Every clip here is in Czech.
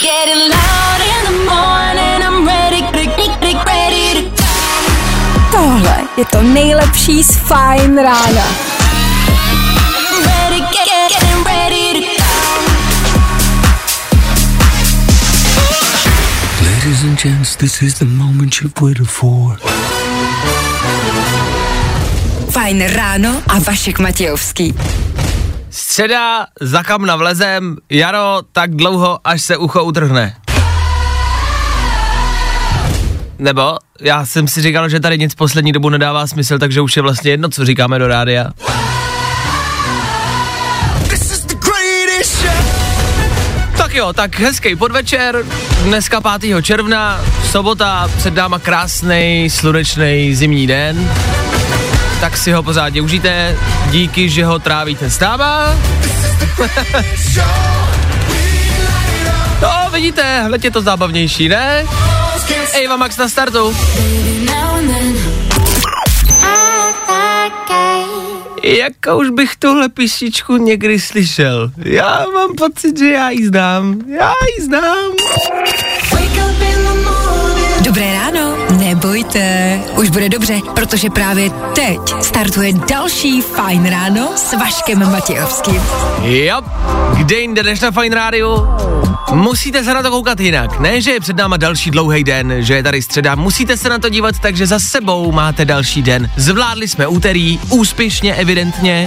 Tohle je to nejlepší z Fajn rána. Ladies and gents, this is the moment you've waited for. Fajn ráno a Vašek Matějovský. Středa, za kamna vlezem, jaro tak dlouho, až se ucho utrhne. Nebo já jsem si říkal, že tady nic poslední dobu nedává smysl, takže už je vlastně jedno, co říkáme do rádia. Tak jo, tak hezký podvečer, dneska 5. června, sobota, před náma krásnej, slunečnej zimní den. Tak si ho pořádně užijte, díky, že ho trávíte s náma. No, vidíte, hled je to zábavnější, ne? Eva Max na startu. Jako už bych tuhle písničku někdy slyšel. Já mám pocit, že já ji znám. Dobré ráno, nebojte, už bude dobře, protože právě teď startuje další Fajn ráno s Vaškem Matějovským. Jo, kde jinde než na Fajn rádiu? Musíte se na to koukat jinak, ne, že je před náma další dlouhý den, že je tady středa, musíte se na to dívat tak, že za sebou máte další den. Zvládli jsme úterý, úspěšně, evidentně.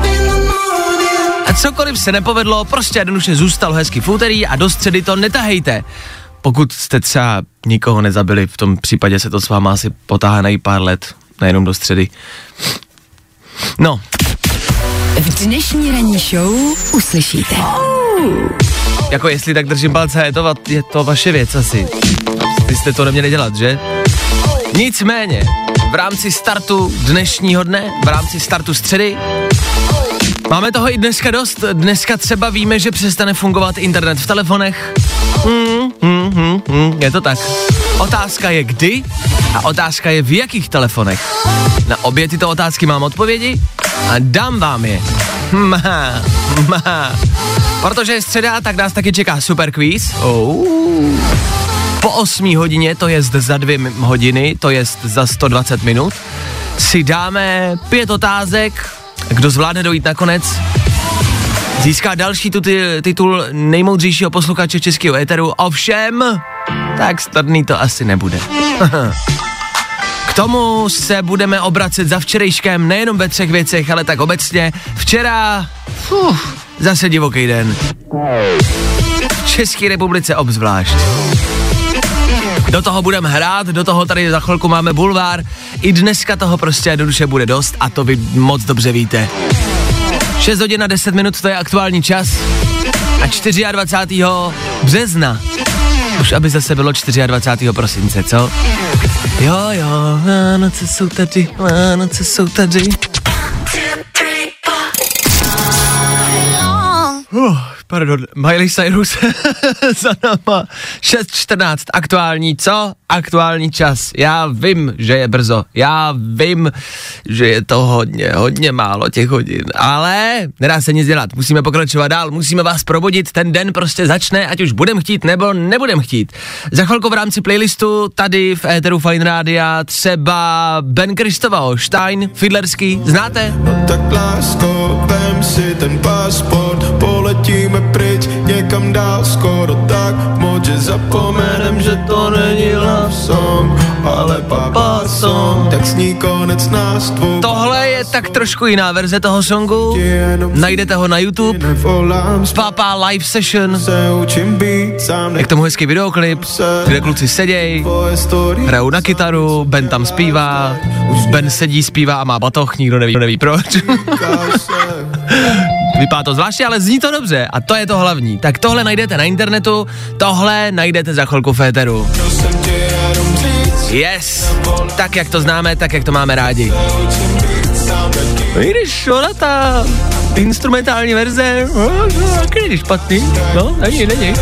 A cokoliv se nepovedlo, prostě jednoduše zůstalo hezky v úterý a do středy to netahejte. Pokud jste třeba nikoho nezabili, v tom případě se to s váma asi potáhne i pár let, nejenom do středy. No. V dnešní ranní show uslyšíte. Jako jestli tak držím palce, je to vaše věc asi. Vy jste to neměli dělat, že? Nicméně, v rámci startu dnešního dne, v rámci startu středy, máme toho i dneska dost. Dneska třeba víme, že přestane fungovat internet v telefonech. Je to tak. Otázka je kdy a otázka je v jakých telefonech. Na obě tyto otázky mám odpovědi a dám vám je. Protože je středa, tak nás taky čeká super quiz. Po 8 hodině, to jest za 2 hodiny, to jest za 120 minut, si dáme 5 otázek. Kdo zvládne dojít nakonec, získá další titul nejmoudřejšího posluchače českého éteru, ovšem, tak snadný to asi nebude. K tomu se budeme obracet za včerejškem nejenom ve 3 věcech, ale tak obecně. Včera, zase divoký den. V České republice obzvlášť. Do toho budeme hrát, do toho tady za chvilku máme bulvár. I dneska toho prostě jednoduše bude dost a to vy moc dobře víte. 6 hodin a 10 minut, to je aktuální čas. A 24. března. Už aby zase bylo 24. prosince, co? Jo, Vánoce jsou tady. Pardon, Miley Cyrus za náma 6:14, aktuální, co? Aktuální čas. Já vím, že je brzo, já vím, že je to hodně málo těch hodin, ale nedá se nic dělat, musíme pokračovat dál, musíme vás probudit, ten den prostě začne, ať už budem chtít nebo nebudem chtít. Za chvilku v rámci playlistu tady v éteru Fajn rádia třeba Ben Kristoval, Stein, Fidlerský, znáte? No tak lásko, vem si ten pasport, poletíme pryč někam dál, skoro tak moc, že zapomenem, že to není love song, ale papa song, tak sní konec nás dvou. Tohle je tak trošku jiná verze toho songu, najdete ho na YouTube, Papa Live Session, je k tomu hezký videoklip, kde kluci seděj, hrajou na kytaru, Ben tam zpívá, Ben sedí, zpívá a má batoh, nikdo neví proč. Vypadá to zvláště, ale zní to dobře a to je to hlavní. Tak tohle najdete na internetu, tohle najdete za chvilku v éteru. Yes, tak jak to známe, tak jak to máme rádi. I když ona ta instrumentální verze, taky není špatný, no, není.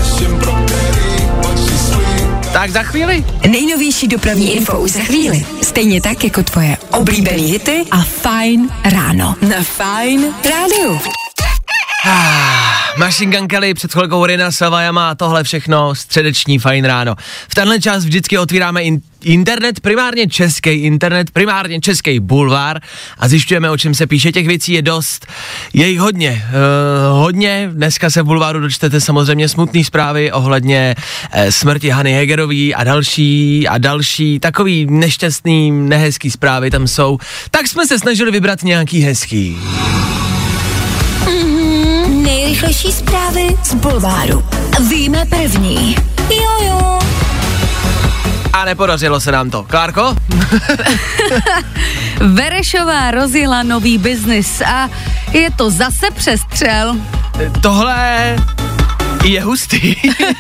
Tak za chvíli. Nejnovější dopravní info už za chvíli. Stejně tak jako tvoje oblíbený hity a Fajn ráno. Na Fajn rádiu. Machine Gun Kelly, před chvilkou Rina Savajama a tohle všechno, středeční Fajn ráno. V tenhle čas vždycky otvíráme internet, primárně český bulvár a zjišťujeme, o čem se píše. Těch věcí je dost, je jich hodně. Dneska se v bulváru dočtete samozřejmě smutné zprávy ohledně smrti Hany Hegerový a další takový nešťastný, nehezký zprávy tam jsou. Tak jsme se snažili vybrat nějaký hezký. Nejrychlejší zprávy z bulváru. Víme první. Jo. A nepodařilo se nám to. Klárko? Verešová rozjela nový biznis a je to zase přestřel. Tohle je hustý.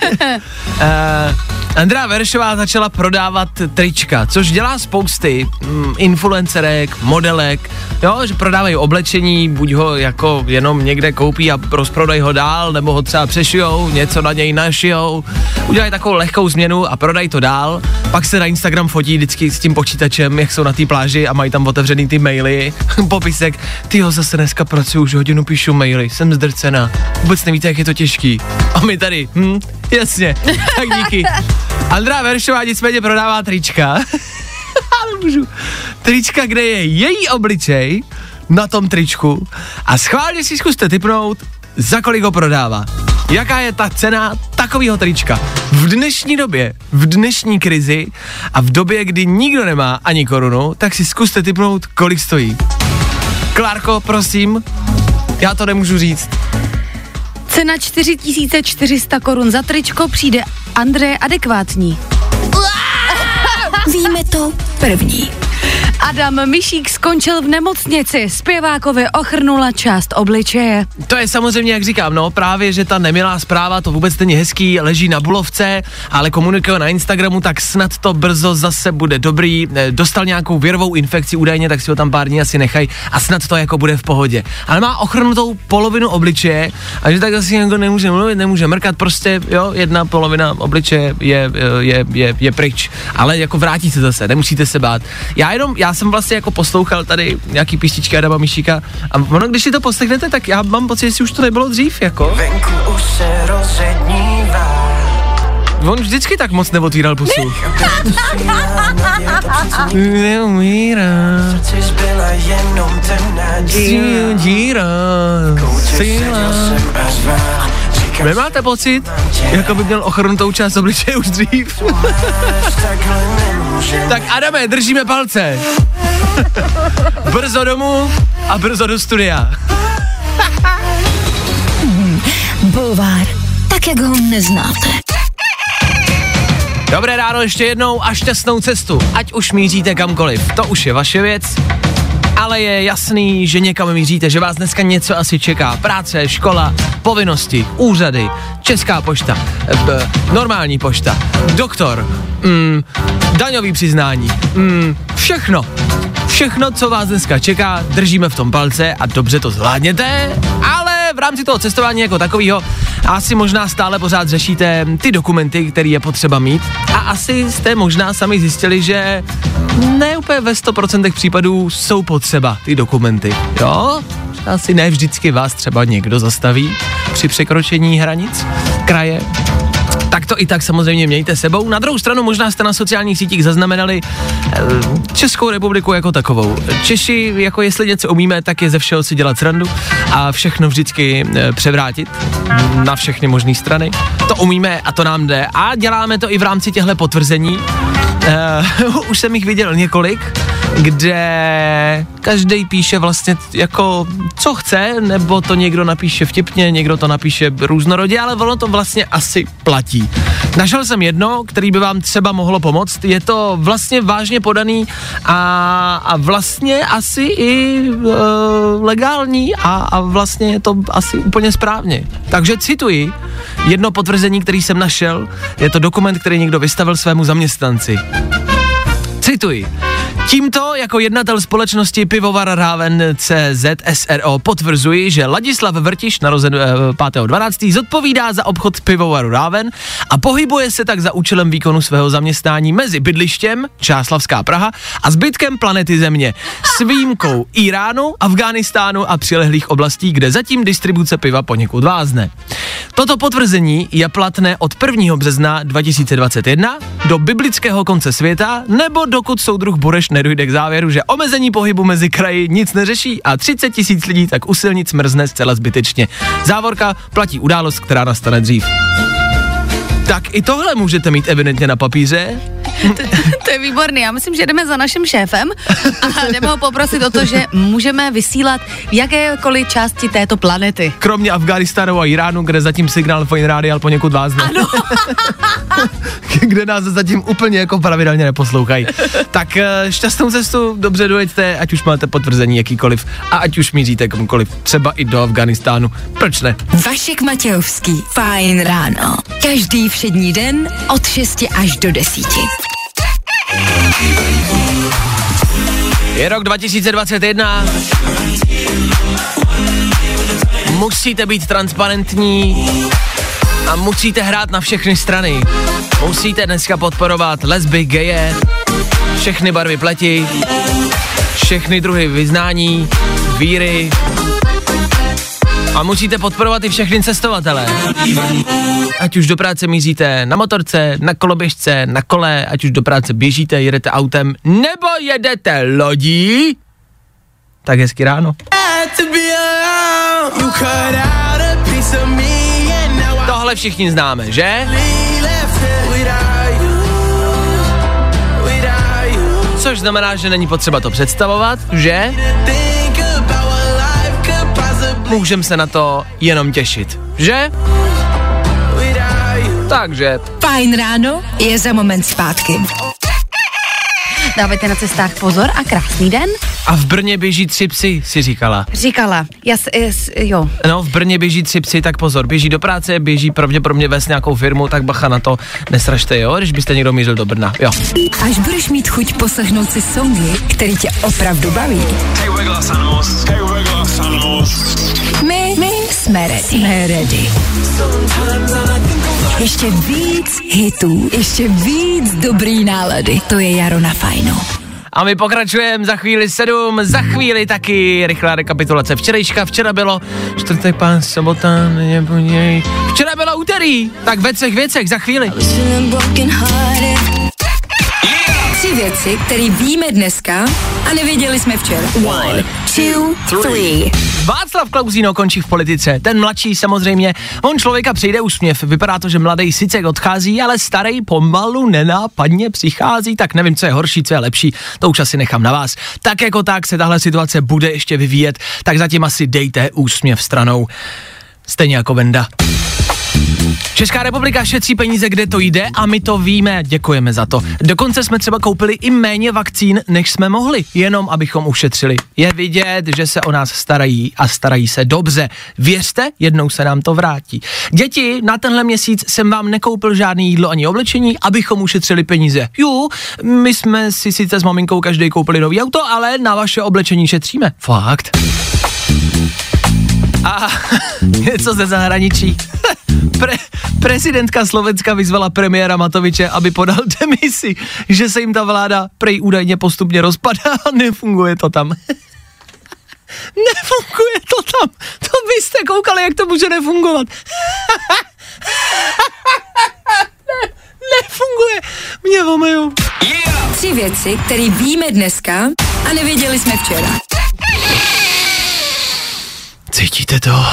Andrea Verešová začala prodávat trička, což dělá spousty influencerek, modelek, jo, že prodávají oblečení, buď ho jako jenom někde koupí a rozprodají ho dál, nebo ho třeba přešijou, něco na něj našijou, udělají takovou lehkou změnu a prodají to dál, pak se na Instagram fotí vždycky s tím počítačem, jak jsou na té pláži a mají tam otevřený ty maily, popisek, tyjo, zase dneska pracuju, už hodinu píšu maily, jsem zdrcená, vůbec nevíte, jak je to těžký. A my tady, jasně, tak díky. Andrea Verešová nicméně prodává trička. Trička, kde je její obličej na tom tričku a schválně si zkuste tipnout, za kolik ho prodává. Jaká je ta cena takového trička v dnešní době, v dnešní krizi a v době, kdy nikdo nemá ani korunu, tak si zkuste tipnout, kolik stojí. Klárko, prosím, já to nemůžu říct. Cena 4400 korun za tričko přijde Andreje adekvátní. Víme to první. Adam Mišík skončil v nemocnici, zpěvákovi ochrnula část obličeje. To je samozřejmě, jak říkám, no právě, že ta nemilá zpráva, to vůbec není hezký, leží na Bulovce, ale komunikuje na Instagramu, tak snad to brzo zase bude dobrý. Dostal nějakou virovou infekci údajně, tak si ho tam pár dní asi nechaj a snad to jako bude v pohodě. Ale má ochrnutou polovinu obličeje a že tak asi jako nemůže mluvit, nemůže mrkat, prostě jo, jedna polovina obličeje je pryč, ale jako vrátí se zase, nemusíte se bát. Já jsem vlastně jako poslouchal tady nějaký písničky Adama Mišíka a ono, když si to poslechnete, tak já mám pocit, že už to nebylo dřív, jako. Venku už se rozednívá. On vždycky tak moc neotvíral pusu. Neumírá. Díra. Nemáte pocit, jako by měl ochrnutou část obličeje už dřív? Tak Adame, držíme palce. Brzo domů a brzo do studia. Bulvár, tak jak ho neznáte. Dobré ráno ještě jednou a šťastnou cestu, ať už míříte kamkoliv, to už je vaše věc. Ale je jasný, že někam míříte, že vás dneska něco asi čeká. Práce, škola, povinnosti, úřady, Česká pošta, normální pošta, doktor, daňový přiznání, všechno, co vás dneska čeká, držíme v tom palce a dobře to zvládněte, ale v rámci toho cestování jako takového asi možná stále pořád řešíte ty dokumenty, které je potřeba mít a asi jste možná sami zjistili, že ne úplně ve 100% případů jsou potřeba ty dokumenty, jo? Asi ne vždycky vás třeba někdo zastaví při překročení hranic kraje. Tak to i tak samozřejmě mějte sebou. Na druhou stranu možná jste na sociálních sítích zaznamenali Českou republiku jako takovou. Češi, jako jestli něco umíme, tak je ze všeho si dělat srandu a všechno vždycky převrátit na všechny možné strany. To umíme a to nám jde. A děláme to i v rámci těchto potvrzení. Už jsem jich viděl několik, kde každý píše vlastně jako co chce, nebo to někdo napíše vtipně, někdo to napíše různorodě, ale ono to vlastně asi platí. Našel jsem jedno, který by vám třeba mohlo pomoct, je to vlastně vážně podaný a vlastně asi i legální a vlastně je to asi úplně správně. Takže cituji jedno potvrzení, který jsem našel, je to dokument, který někdo vystavil svému zaměstnanci. Cituji. Tímto jako jednatel společnosti Pivovar Ráven CZ SRO potvrzuji, že Ladislav Vrtiš, narozen 5.12., zodpovídá za obchod Pivovaru Ráven a pohybuje se tak za účelem výkonu svého zaměstnání mezi bydlištěm Čáslavská Praha a zbytkem planety Země s výjimkou Iránu, Afghánistánu a přilehlých oblastí, kde zatím distribuce piva poněkud vázne. Toto potvrzení je platné od 1. března 2021 do biblického konce světa, nebo dokud soudruh Bureš nedojde k závěru, že omezení pohybu mezi kraji nic neřeší a 30 000 lidí tak u silnic mrzne zcela zbytečně. Závorka platí událost, která nastane dřív. Tak i tohle můžete mít evidentně na papíře. To je výborný, já myslím, že jdeme za naším šéfem a jdeme ho poprosit o to, že můžeme vysílat v jakékoliv části této planety. Kromě Afghánistánu a Iránu, kde zatím signál Fine Radio poněkud vázne. Ano. Kde nás zatím úplně jako pravidelně neposlouchají. Tak šťastnou cestu, dobře dojeďte, ať už máte potvrzení jakýkoliv a ať už míříte komukoliv, třeba i do Afghánistánu. Proč ne? Vašek Matějovský, Fajn ráno. Každý všední den od 6 až do 10. Je rok 2021. Musíte být transparentní a musíte hrát na všechny strany. Musíte dneska podporovat lesby, geje, všechny barvy pleti, všechny druhy vyznání, víry a musíte podporovat i všechny cestovatele. Ať už do práce míříte na motorce, na koloběžce, na kole, ať už do práce běžíte, jedete autem nebo jedete lodí, tak hezky ráno. Tohle všichni známe, že? Což znamená, že není potřeba to představovat, že? Můžeme se na to jenom těšit, že? Takže. Fajn ráno je za moment zpátky. Dávajte na cestách pozor a krásný den. A v Brně běží 3 psy, si říkala. Říkala, jo. No, v Brně běží 3 psy, tak pozor, běží do práce, běží pravděpodobně vést nějakou firmu, tak bacha na to, nesražte, jo, když byste někdo mířil do Brna, jo. Až budeš mít chuť poslechnout si songy, který tě opravdu baví. My jsme ready. Ještě víc hitů, ještě víc dobrý nálady. To je Jaro na Fajnu. A my pokračujeme za chvíli 7, za chvíli taky rychlá rekapitulace včerejška. Včera bylo čtvrtek, pán, sobota, neděj. Včera bylo úterý, tak ve 3 věcech za chvíli. 3 věci, které víme dneska a nevěděli jsme včera. 1, 2, 3. Václav Klausíno končí v politice, ten mladší samozřejmě, on člověka přijde úsměv, vypadá to, že mladý sice odchází, ale starý pomalu nenápadně přichází, tak nevím, co je horší, co je lepší, to už asi nechám na vás. Tak jako tak se tahle situace bude ještě vyvíjet, tak zatím asi dejte úsměv stranou, stejně jako Venda. Česká republika šetří peníze, kde to jde a my to víme, děkujeme za to. Dokonce jsme třeba koupili i méně vakcín, než jsme mohli, jenom abychom ušetřili. Je vidět, že se o nás starají a starají se dobře. Věřte, jednou se nám to vrátí. Děti, na tenhle měsíc jsem vám nekoupil žádný jídlo ani oblečení, abychom ušetřili peníze. Jo, my jsme si sice s maminkou každý koupili nový auto, ale na vaše oblečení šetříme. Fakt. A něco ze zahraničí. Prezidentka Slovenska vyzvala premiéra Matoviče, aby podal demisi, že se jim ta vláda prej údajně postupně rozpadá a nefunguje to tam. Nefunguje to tam. To byste koukali, jak to může nefungovat. Nefunguje. Mě omejou. 3 věci, které víme dneska a nevěděli jsme včera. Cítíte to?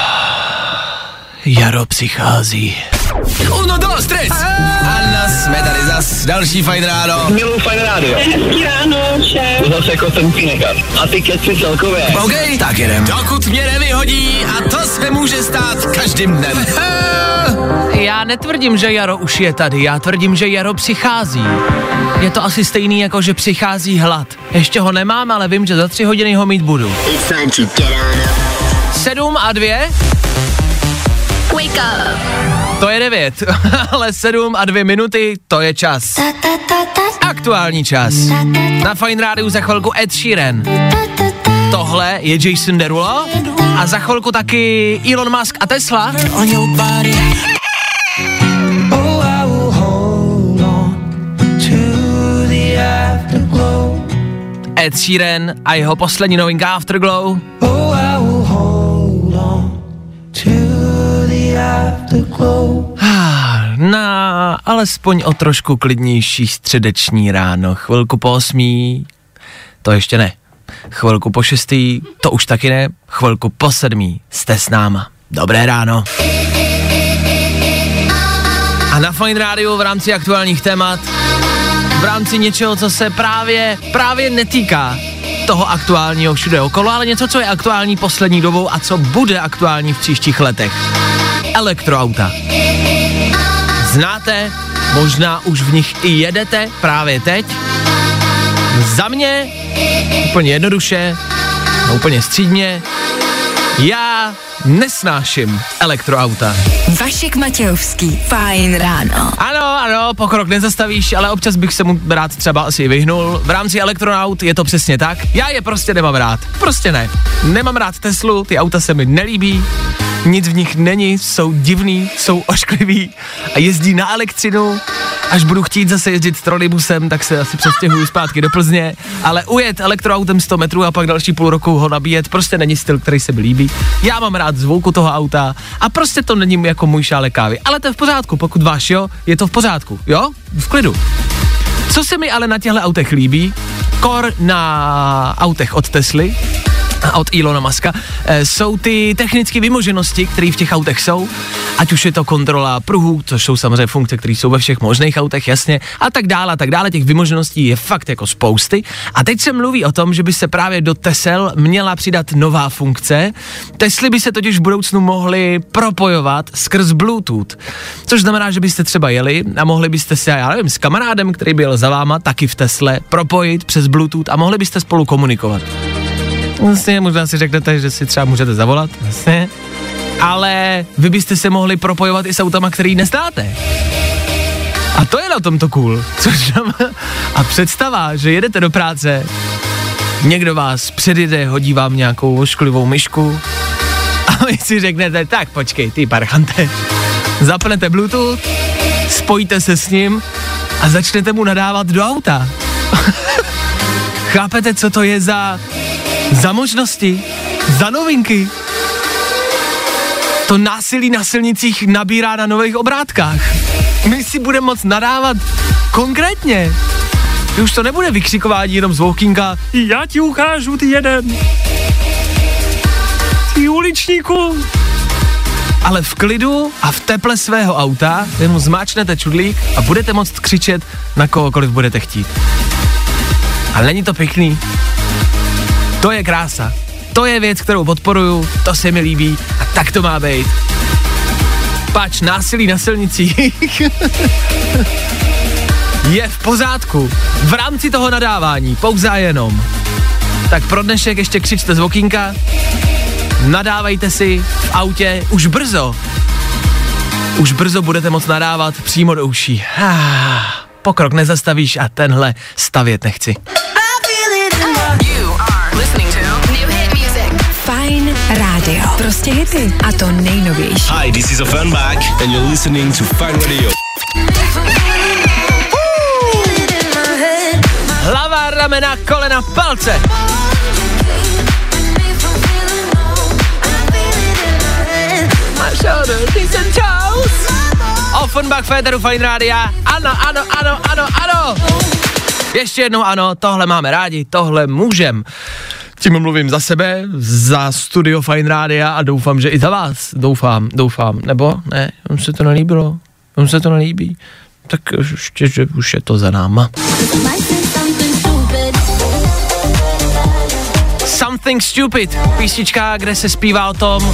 Jaro přichází. 1, 2, 3. Anna, jsme tady zas. Další Fajn ráno. Miluji Fajn rádio. Hezký ráno, šéf. Zase jako ten pínekat. A ty keci celkově. OK, tak jedem. Dokud mě nevyhodí a to se může stát každým dnem. Já netvrdím, že Jaro už je tady, já tvrdím, že Jaro přichází. Je to asi stejný, jako že přichází hlad. Ještě ho nemám, ale vím, že za 3 hodiny ho mít budu. 7 a 2. Wake up. To je 9, ale 7 a 2 minuty, to je čas. Aktuální čas. Na Fajn rádiu za chvilku Ed Sheeran. Tohle je Jason Derulo a za chvilku taky Elon Musk a Tesla. Ed Sheeran a jeho poslední novinka Afterglow. Na alespoň o trošku klidnější středeční ráno. Chvilku po 8, to ještě ne. Chvilku po 6, to už taky ne. Chvilku po 7 jste s náma. Dobré ráno. A na Fajn rádiu v rámci aktuálních témat, v rámci něčeho, co se právě netýká toho aktuálního všude okolo, ale něco, co je aktuální poslední dobou a co bude aktuální v příštích letech. Elektroauta. Znáte, možná už v nich i jedete právě teď. Za mě úplně jednoduše, úplně střídmě, já nesnáším elektroauta. Vašek Matějovský, Fajn ráno. Ano, pokrok nezastavíš, ale občas bych se mu rád třeba asi vyhnul. V rámci elektroaut je to přesně tak. Já je prostě nemám rád. Prostě ne. Nemám rád Teslu, ty auta se mi nelíbí. Nic v nich není, jsou divný, jsou ošklivý a jezdí na elektřinu. Až budu chtít zase jezdit trolejbusem, tak se asi přestěhuju zpátky do Plzně, ale ujet elektroautem 100 metrů a pak další půl roku ho nabíjet prostě není styl, který se mi líbí. Já mám rád zvuku toho auta a prostě to není jako můj šálek kávy, ale to je v pořádku, pokud váš jo, je to v pořádku, jo, v klidu. Co se mi ale na těchto autech líbí, kor na autech od Tesly, od Elona Muska, jsou ty technické vymoženosti, které v těch autech jsou, ať už je to kontrola pruhů, což jsou samozřejmě funkce, které jsou ve všech možných autech, jasně, a tak dále, těch vymožeností je fakt jako spousty. A teď se mluví o tom, že by se právě do Tesel měla přidat nová funkce. Tesly by se totiž v budoucnu mohly propojovat skrz Bluetooth, což znamená, že byste třeba jeli a mohli byste se, já nevím, s kamarádem, který byl za váma, taky v Tesle, propojit přes Bluetooth a mohli byste spolu komunikovat. Vlastně, možná si řeknete, že si třeba můžete zavolat, vlastně, ale vy byste se mohli propojovat i s autama, který neznáte. A to je na tomto cool. A představa, že jedete do práce, někdo vás předjede, hodí vám nějakou ošklivou myšku a vy si řeknete, tak počkej, ty parchante, zapnete Bluetooth, spojíte se s ním a začnete mu nadávat do auta. Chápete, co to je za možnosti, za novinky? To násilí na silnicích nabírá na nových obrátkách. My si budeme moct nadávat konkrétně. Už to nebude vykřikování jenom z walkinga. Já ti ukážu, ty jeden. Ty uličníku. Ale v klidu a v teple svého auta vy mu zmáčnete čudlík a budete moct křičet na kohokoliv budete chtít. Ale není to pěkný. To je krása. To je věc, kterou podporuju, to se mi líbí a tak to má být. Pač, násilí na silnicích je v pořádku. V rámci toho nadávání, pouze a jenom. Tak pro dnešek ještě křičte z okýnka, nadávejte si v autě už brzo. Už brzo budete moct nadávat přímo do uší. Pokrok nezastavíš a tenhle stavět nechci. Fajn rádio. Prostě hity. A to nejnovější. Hi, this is Offenbach and you're listening to Fajn Radio. Hlava, ramena, kolena, palce. Offenbach, Féteru, Fajn rádia. Ano. Ještě jednou ano, tohle máme rádi, tohle můžem. Tím mluvím za sebe, za studio Fajn rádia a doufám, že i za vás. Doufám. Nebo ne, vám se to nelíbilo. Vám se to nelíbí. Tak ještě, že už je to za náma. Something Stupid, písnička, kde se zpívá o tom,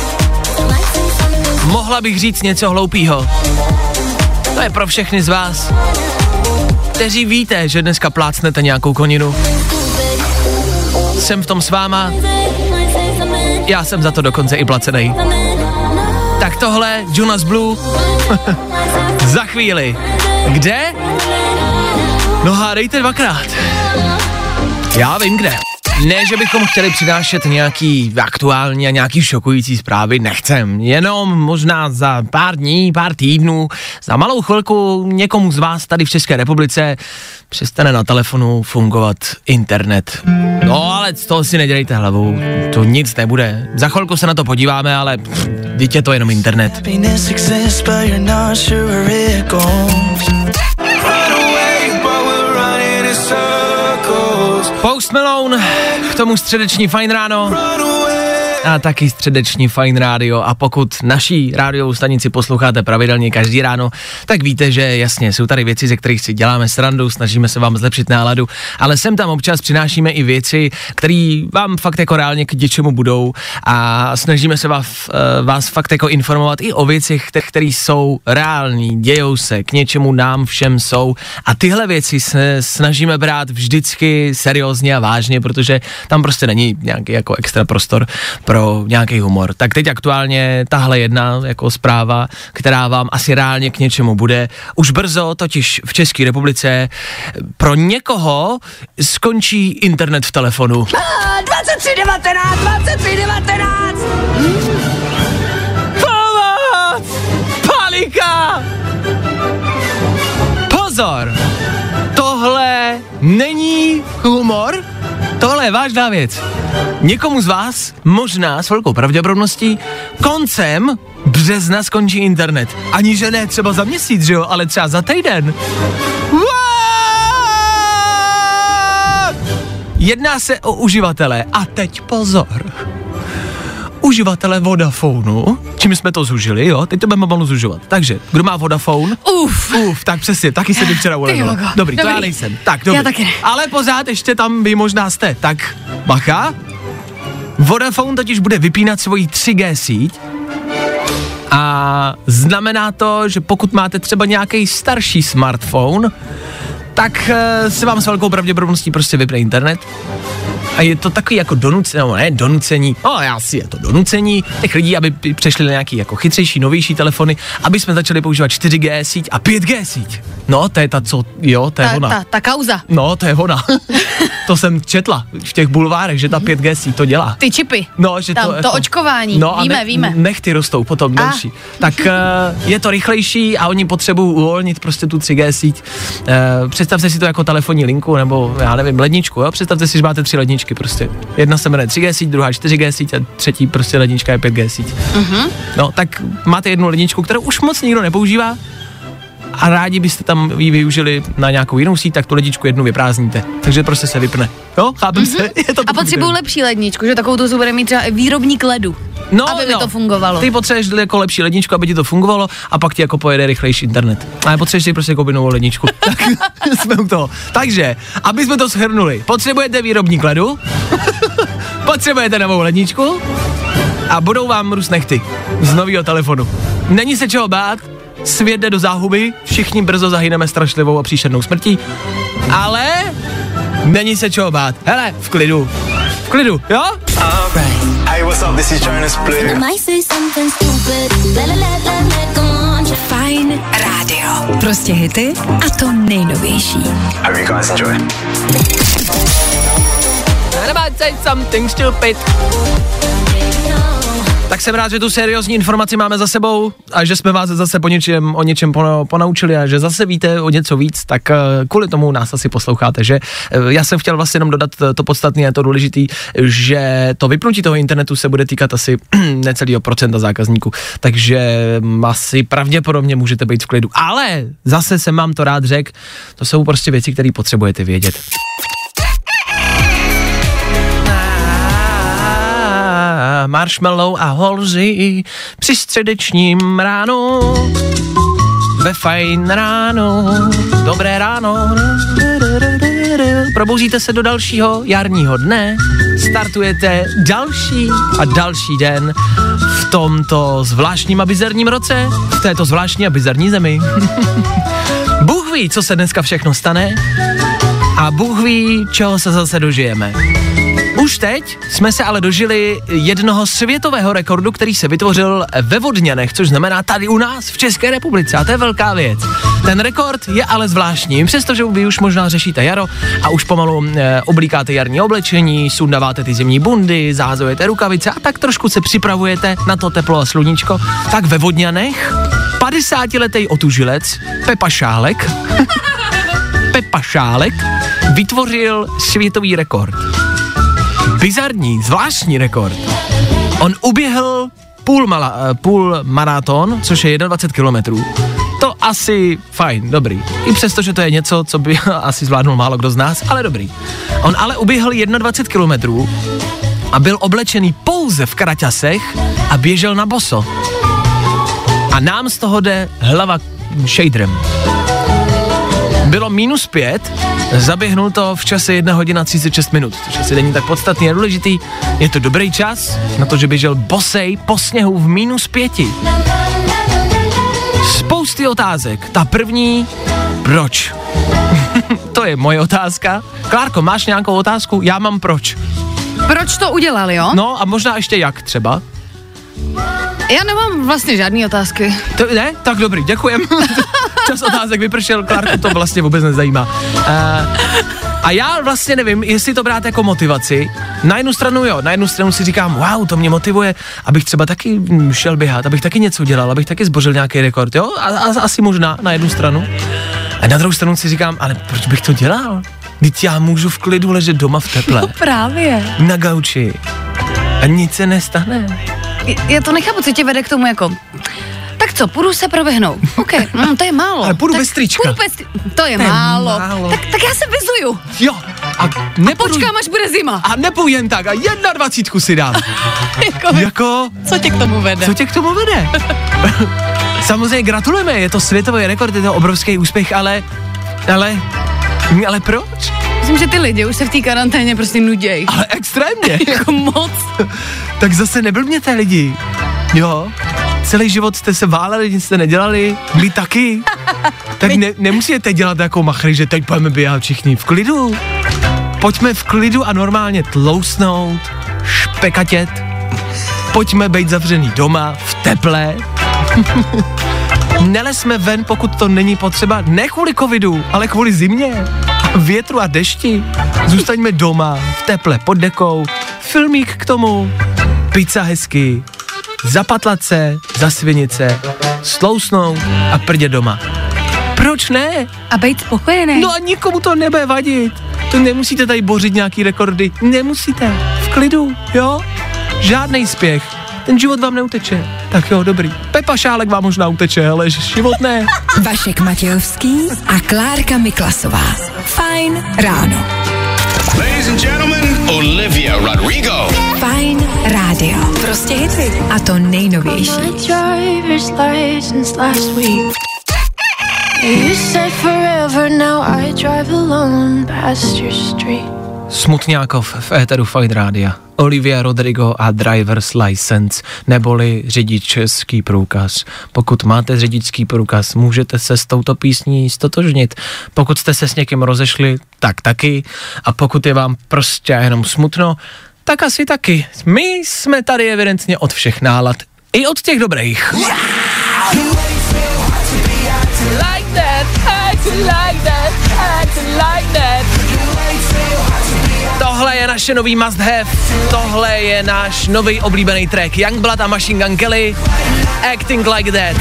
mohla bych říct něco hloupýho. To je pro všechny z vás, kteří víte, že dneska plácnete nějakou koninu. Jsem v tom s váma, já jsem za to dokonce i placenej. Tak Tak tohle Jonas Blue za chvíli. Kde? No hádejte dvakrát. Já vím kde. Ne, že bychom chtěli přinášet nějaký aktuální a nějaký šokující zprávy, nechcem. Jenom možná za pár dní, pár týdnů, za malou chvilku někomu z vás tady v České republice přestane na telefonu fungovat internet. No ale z toho si nedělejte hlavou, to nic nebude. Za chvilku se na to podíváme, ale vždyť je to jenom internet. Post Malone, k tomu středeční Fajn ráno a taky středeční Fajn rádio a pokud naší rádiovou stanici posloucháte pravidelně každý ráno, tak víte, že jasně jsou tady věci, ze kterých si děláme srandu, snažíme se vám zlepšit náladu, ale sem tam občas přinášíme i věci, které vám fakt jako reálně k něčemu budou a snažíme se vás fakt jako informovat i o věcech, které jsou reální, dějou se, k něčemu nám všem jsou a tyhle věci se snažíme brát vždycky seriózně a vážně, protože tam prostě není nějaký jako extra prostor pro nějaký humor. Tak teď aktuálně tahle jedna jako zpráva, která vám asi reálně k něčemu bude. Už brzo totiž v České republice pro někoho skončí internet v telefonu. 2319! Pomoc! Panika! Pozor! Tohle není humor, tohle je vážná věc. Někomu z vás, možná s velkou pravděpodobností, koncem března skončí internet. Ani že ne třeba za měsíc, že jo, ale třeba za týden. Jedná se o uživatele a teď pozor. Uživatele Vodafonu, čím jsme to zužili, jo, teď to budeme malu zužovat. Takže, kdo má Vodafone? Tak přesně, taky se mi včera ulevilo. Dobrý, to já nejsem. Tak, dobrý. Já taky ne. Ale pořád ještě tam vy možná jste. Tak, bacha. Vodafone totiž bude vypínat svoji 3G síť a znamená to, že pokud máte třeba nějaký starší smartphone, tak se vám s velkou pravděpodobností prostě vypne internet. A je to takový jako donucení, asi je to donucení těch lidí, aby přešli na nějaký jako chytřejší, novější telefony, aby jsme začali používat 4G síť a 5G síť. No, to je ta, co, jo, to je ona. Ta kauza. No, to je ona. To jsem četla v těch bulvárech, že ta 5G síť to dělá. Ty čipy. No, že tam, to očkování, no, víme. Nechty rostou potom další. Tak je to rychlejší a oni potřebují uvolnit prostě tu 3G síť. Představte si to jako telefonní linku, nebo já nevím, ledničku, jo? Představte si, že máte 3 ledničky prostě. Jedna se jmenuje 3G síť, druhá 4G síť a třetí prostě lednička je 5G síť. No, tak máte jednu ledničku, kterou už moc nikdo nepoužívá a rádi byste tam ji využili na nějakou jinou síť, tak tu ledničku jednu vyprázdníte. Takže prostě se vypne. Jo, chápem se? Je to a potřebuju lepší ledničku, že takovou tu bude mít třeba výrobník ledu. No, aby to fungovalo. Ty potřebuješ jako lepší ledničku, aby ti to fungovalo a pak ti jako pojede rychlejší internet. Ale potřebuješ si prostě koupit novou ledničku. Tak jsme u toho. Takže, aby jsme to shrnuli, potřebujete výrobník ledu, potřebujete novou ledničku a budou vám růst nechty z nového telefonu. Není se čeho bát, svět jde do záhuby, všichni brzo zahyneme strašlivou a příšernou smrtí, ale není se čeho bát. Hele, v klidu, jo? Hey, what's up? This is Jonas Blue. Fajn rádio. Prostě hity a to nejnovější. Hope you guys enjoy. Say something stupid. Tak jsem rád, že tu seriózní informaci máme za sebou a že jsme vás zase o něčem ponaučili a že zase víte o něco víc, tak kvůli tomu nás asi posloucháte, že? Já jsem chtěl vlastně jenom dodat to podstatné a to důležitý, že to vypnutí toho internetu se bude týkat asi necelého procenta zákazníků, takže asi pravděpodobně můžete být v klidu. Ale zase jsem vám to rád řekl, to jsou prostě věci, které potřebujete vědět. Marshmallow a Halsey při středečním ránu ve Fajn ráno, dobré ráno. Probouzíte se do dalšího jarního dne, startujete další a další den v tomto zvláštním a bizarním roce, v této zvláštní a bizarní zemi. Bůh ví, co se dneska všechno stane a Bůh ví, čeho se zase dožijeme. Už teď jsme se ale dožili jednoho světového rekordu, který se vytvořil ve Vodňanech, což znamená tady u nás v České republice, a to je velká věc. Ten rekord je ale zvláštní, přestože vy už možná řešíte jaro a už pomalu oblíkáte jarní oblečení, sundáváte ty zimní bundy, zahazujete rukavice a tak trošku se připravujete na to teplo a sluníčko, tak ve Vodňanech 50letý otužilec Pepa Šálek vytvořil světový rekord. Bizarní, zvláštní rekord. On uběhl půl maraton, což je 21 kilometrů. To asi fajn, dobrý. I přesto, že to je něco, co by asi zvládnul málo kdo z nás, ale dobrý. On ale uběhl 21 kilometrů a byl oblečený pouze v kraťasech a běžel na boso. A nám z toho jde hlava šejdrem. Bylo -5, zaběhnul to v čase 1 hodina 36 minut, což asi není tak podstatný a důležitý. Je to dobrý čas na to, že běžel bosej po sněhu v -5. Spousty otázek. Ta první, proč? To je moje otázka. Klárko, máš nějakou otázku? Já mám proč. Proč to udělali, jo? No a možná ještě jak třeba? Já nemám vlastně žádný otázky. To, ne? Tak dobrý, děkujem. Čas otázek vypršel, Klárku to vlastně vůbec nezajímá. A já vlastně nevím, jestli to brát jako motivaci. Na jednu stranu jo, na jednu stranu si říkám, wow, to mě motivuje, abych třeba taky šel běhat, abych taky něco dělal, abych taky zbořil nějaký rekord, jo? A asi možná na jednu stranu. A na druhou stranu si říkám, ale proč bych to dělal? Vždyť já můžu v klidu ležet doma v teple. No právě. Na gauči. A nic se nestane. Já to nechápu, co tě vede k tomu jako... Tak co, půjdu se proběhnout. OK, to je málo. Ale půjdu bez trička. To je málo. Tak já se vyzuju. Jo. A počkám, až bude zima. A nepůj jen tak, a 21 si dám. jako... Co tě k tomu vede? Co tě k tomu vede? Samozřejmě gratulujeme, je to světový rekord, je to obrovský úspěch, ale proč? Myslím, že ty lidi už se v té karanténě prostě nudějí. Ale extrémně. Jako moc. Tak zase neblbněte lidi. Jo. Celý život jste se váleli, nic jste nedělali, my taky. Tak nemusíte dělat jako machry, že teď pojďme běhat všichni v klidu. Pojďme v klidu a normálně tlousnout, špekatět. Pojďme být zavřený doma, v teple. Nelezme ven, pokud to není potřeba, ne kvůli covidu, ale kvůli zimě, větru a dešti. Zůstaňme doma, v teple, pod dekou, filmík k tomu, pizza hezky, zapatlat se, zasvěnit se, stlousnout a prdět doma. Proč ne? A být spokojený. No a nikomu to nebude vadit. To nemusíte tady bořit nějaký rekordy, nemusíte. V klidu, jo? Žádnej spěch. Ten život vám neuteče. Tak jo, dobrý. Pepa Šálek vám možná uteče, ale život ne. Vašek Matějovský a Klárka Miklasová. Fajn ráno. Ladies and gentlemen, Olivia Rodrigo. Fajn rádio. Prostě hity. A to nejnovější. Smutňákov v éteru Fajn rádia. Olivia Rodrigo a Driver's License, neboli řidičský průkaz. Pokud máte řidičský průkaz, můžete se s touto písní stotožnit. Pokud jste se s někým rozešli, tak taky. A pokud je vám prostě jenom smutno, tak asi taky. My jsme tady evidentně od všech nálad. I od těch dobrých. Tohle je naše nový must have, tohle je náš nový oblíbený track Youngblood a Machine Gun Kelly, Acting Like That.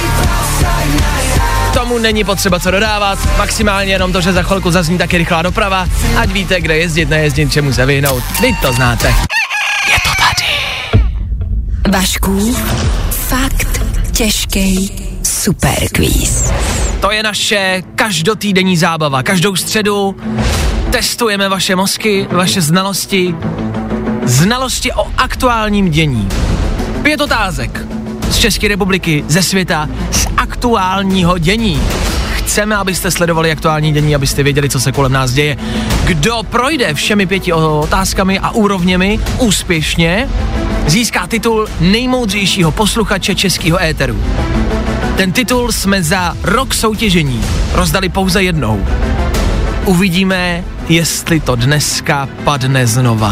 Tomu není potřeba co dodávat, maximálně jenom to, že za chvilku zazní taky rychlá doprava, ať víte, kde jezdit, nejezdit, čemu se vyhnout, vy to znáte. Je to tady. Vaškův fakt těžký superquiz. To je naše každotýdenní zábava, každou středu testujeme vaše mozky, vaše znalosti o aktuálním dění. 5 otázek z České republiky, ze světa, z aktuálního dění. Chceme, abyste sledovali aktuální dění, abyste věděli, co se kolem nás děje. Kdo projde všemi 5 otázkami a úrovněmi úspěšně, získá titul nejmoudřejšího posluchače českého éteru. Ten titul jsme za rok soutěžení rozdali pouze jednou. Uvidíme, jestli to dneska padne znova.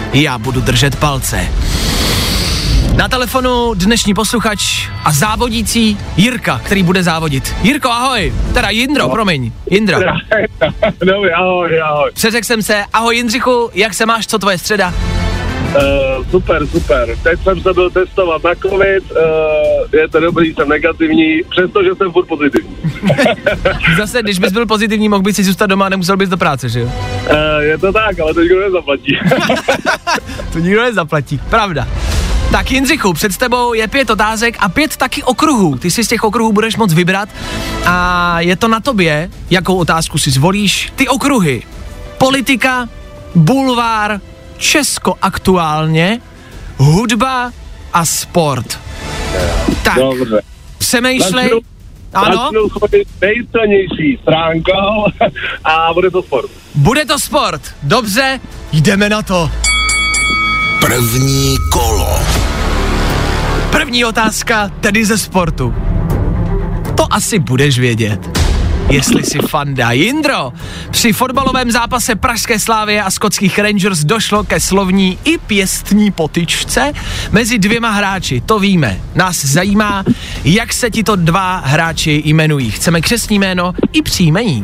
Já budu držet palce. Na telefonu dnešní posluchač a závodící Jirka, který bude závodit. Jirko, ahoj. Teda Jindro, promiň. Jindra. Dobrý, ahoj. Přeřekl jsem se. Ahoj Jindřichu, jak se máš, co tvoje středa? Super. Teď jsem se byl testovat na covid, je to dobrý, jsem negativní, přestože jsem furt pozitivní. Zase, když bys byl pozitivní, mohl bys si zůstat doma a nemusel bys do práce, že jo? Je to tak, ale to nikdo nezaplatí. To nikdo nezaplatí, pravda. Tak Jindřichu, před tebou je 5 otázek a 5 taky okruhů. Ty si z těch okruhů budeš moct vybrat a je to na tobě, jakou otázku si zvolíš. Ty okruhy. Politika, bulvár, Česko aktuálně, hudba a sport. Tak, dobře. Přemýšlej. Ano? Začnu chodit nejcennější stránkou a bude to sport. Bude to sport. Dobře, jdeme na to. První kolo. První otázka tedy ze sportu. To asi budeš vědět, jestli si fanda. Jindro, při fotbalovém zápase pražské Slávie a skotských Rangers došlo ke slovní i pěstní potyčce mezi 2 hráči, to víme. Nás zajímá, jak se tito 2 hráči jmenují. Chceme křestní jméno i příjmení.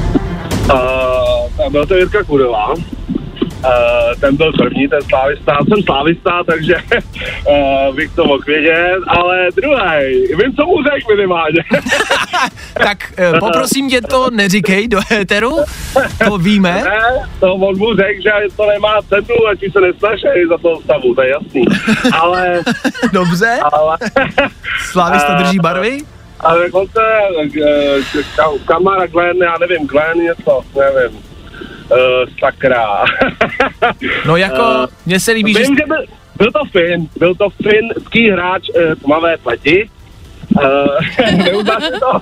Byl to Jirka Kudela. Ten byl první, ten slávista. Jsem slávista, takže bych to mohl vědět, ale druhý, vím, co mu řekl minimálně. Tak poprosím tě, to neříkej do éteru, to víme. Ne, to on mu řekl, že to nemá cenu a ti se nesnaží za toho stavu, to je jasný. Ale... Dobře, ale... Slávista drží barvy? Ale dokonce kamarád Glenn, já nevím, Glenn něco, nevím. Sakra. No jako, mně se líbí, vím, že byl to finský hráč tmavé pleti. Neuznáš to?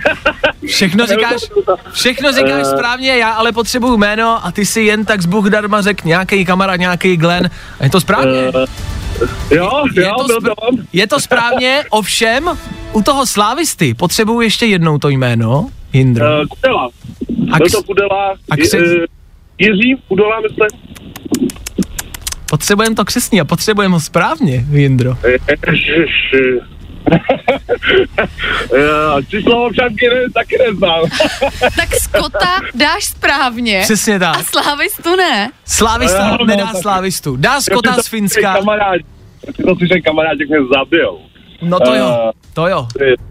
Všechno říkáš správně, já ale potřebuju jméno a ty si jen tak z Bůh darma řek nějaký kamarád, nějaký Glenn. A je to správně? Jo, byl to on. Je to správně, ovšem u toho slávisty potřebuju ještě jednou to jméno, Jindro. Kudela. Byl to Kudela. Jiří Kudela, myslím. Potřebujeme to křestní a potřebujeme ho správně, Jindro. Číslo občanky taky neznám. Tak Skota dáš správně. Přesně tak. A slávistu ne. Slávista nedá slávistu. Dá Skota z Finska. To si řekl kamaráček mě zabil. No to jo.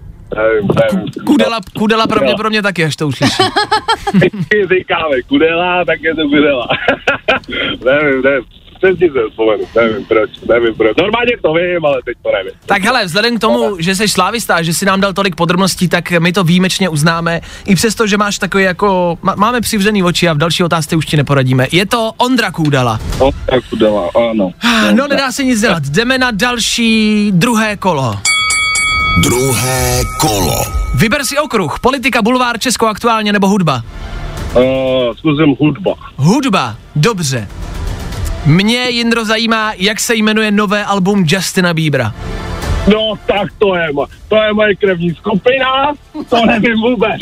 Kudela pravděpodobně taky, až to uslyší. Říkáme Kudela, tak je to Kudela. nevím. Přesně se vzpomenu, nevím proč. Normálně to vím, ale teď to nevím. Tak hele, vzhledem k tomu, že jsi slávista, že si nám dal tolik podrobností, tak my to výjimečně uznáme. I přesto, že máš takový jako, máme přivřený oči a v další otázce už ti neporadíme. Je to Ondra Kudela. Ondra Kudela, ano. No nedá se nic dělat, jdeme na další druhé kolo. Druhé kolo. Vyber si okruh, politika, bulvár, Česko aktuálně nebo hudba? Zkusím hudba. Hudba, dobře. Mě, Jindro, zajímá, jak se jmenuje nové album Justina Biebera. No tak to je moje krevní skupina, to nevím vůbec.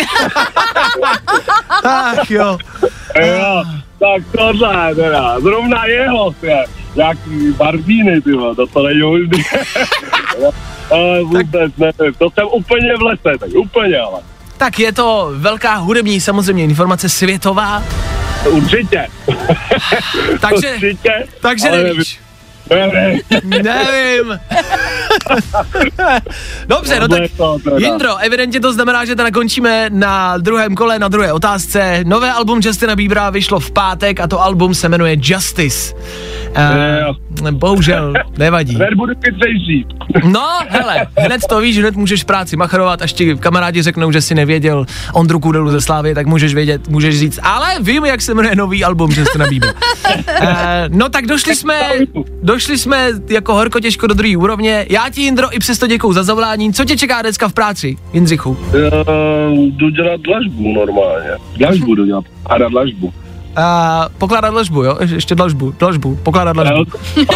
Ach jo. Tak tohle teda, zrovna jeho, nějaký Barbíny, to není možný. Vůbec nevím, to jsem úplně v lese, tak úplně ale. Tak je to velká hudební samozřejmě informace světová. Určitě. Takže nevíš. Nevím. Dobře, no tak Jindro, evidentně to znamená, že teda končíme na druhém kole, na druhé otázce. Nové album Justina Biebera vyšlo v pátek a to album se jmenuje Justice. Bohužel, nevadí. Hned budu chytřejší. No, hele, hned to víš, hned můžeš v práci machrovat, až ti kamarádi řeknou, že si nevěděl Ondru Kudelu ze Slávy, tak můžeš říct, ale vím, jak se jmenuje nový album Justina Biebera. No tak došli jsme jako horko těžko do druhé úrovně. Já ti, Jindro, i přesto děkuju za zavolání. Co tě čeká dneska v práci, Jindřichu? Jdu dělat dlažbu normálně. Dlažbu jdu dělat. A na dlažbu. Pokládat dlažbu, jo? Ještě dlažbu, pokládat dlažbu.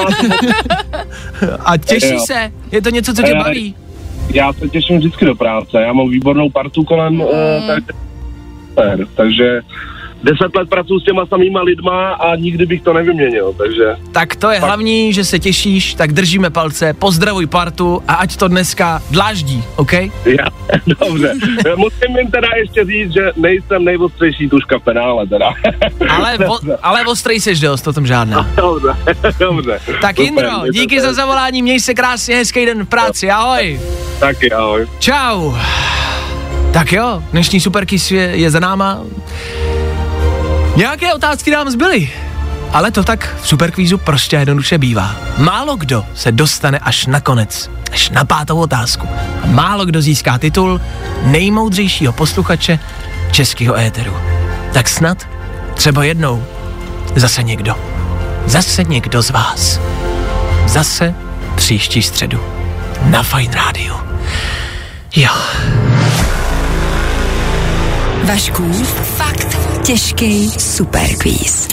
A těší se? Je to něco, co tě baví? Já se těším vždycky do práce. Já mám výbornou partu kolem, takže 10 let pracuji s těma samýma lidma a nikdy bych to nevyměnil, takže... Tak to je hlavní, že se těšíš, tak držíme palce, pozdravuj partu a ať to dneska dláždí, OK? Já, dobře. Musím jim teda ještě říct, že nejsem nejostřejší tuška v penále teda. Ale ostrej seš dost, o tom žádná. Dobře. Tak super, Jindro, díky za zavolání, měj se krásně, hezký den v práci, ahoj. Taky ahoj. Čau. Tak jo, dnešní Superkiss je za náma. Nějaké otázky nám zbyly, ale to tak v Superkvízu prostě jednoduše bývá. Málo kdo se dostane až na konec, až na 5. otázku. A málo kdo získá titul nejmoudřejšího posluchače českého éteru. Tak snad třeba jednou zase někdo. Zase někdo z vás. Zase příští středu. Na Fajn rádiu. Jo. Vaškův fakt těžký superkvíz.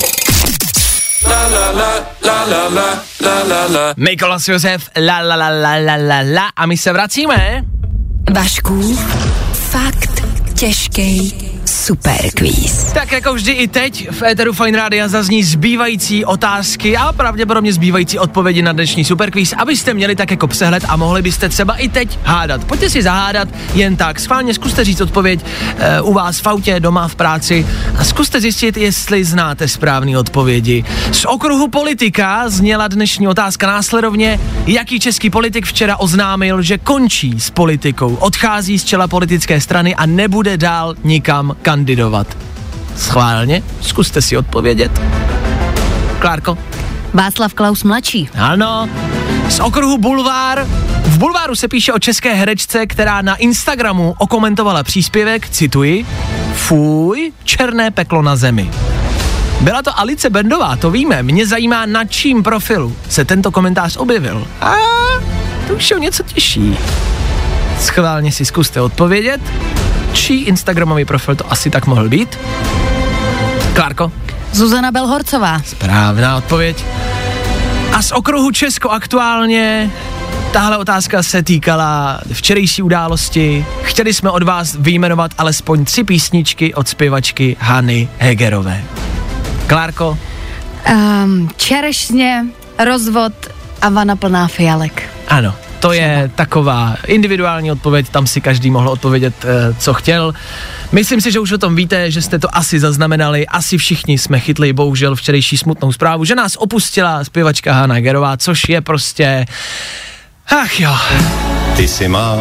Mikolas Josef, la a my se vracíme. Vaškův fakt těžký superkvíz. Tak jako vždy i teď v éteru Fajn rádia zazní zbývající otázky a pravděpodobně zbývající odpovědi na dnešní superkvíz, abyste měli tak jako přehled a mohli byste třeba i teď hádat. Pojďte si zahádat jen tak, schválně zkuste říct odpověď u vás v autě, doma, v práci a zkuste zjistit, jestli znáte správné odpovědi. Z okruhu politika zněla dnešní otázka následovně, jaký český politik včera oznámil, že končí s politikou, odchází z čela politické strany a nebude dál nikam kandidovat. Schválně, zkuste si odpovědět. Klárko? Václav Klaus mladší. Ano. Z okruhu Bulvár. V Bulváru se píše o české herečce, která na Instagramu okomentovala příspěvek, cituji, fuj, černé peklo na zemi. Byla to Alice Bendová, to víme. Mě zajímá, na čím profilu se tento komentář objevil. A to už je o něco těžší. Schválně si zkuste odpovědět. Čí instagramový profil to asi tak mohl být? Klárko? Zuzana Belhorcová. Správná odpověď. A z okruhu Česko aktuálně tahle otázka se týkala včerejší události. Chtěli jsme od vás vyjmenovat alespoň 3 písničky od zpěvačky Hany Hegerové. Klárko? Čerešně, Rozvod a Vana plná fialek. Ano. To je taková individuální odpověď, tam si každý mohl odpovědět, co chtěl. Myslím si, že už o tom víte, že jste to asi zaznamenali, asi všichni jsme chytli bohužel včerejší smutnou zprávu, že nás opustila zpěvačka Hana Hegerová, což je prostě... Ach jo. Ty jsi má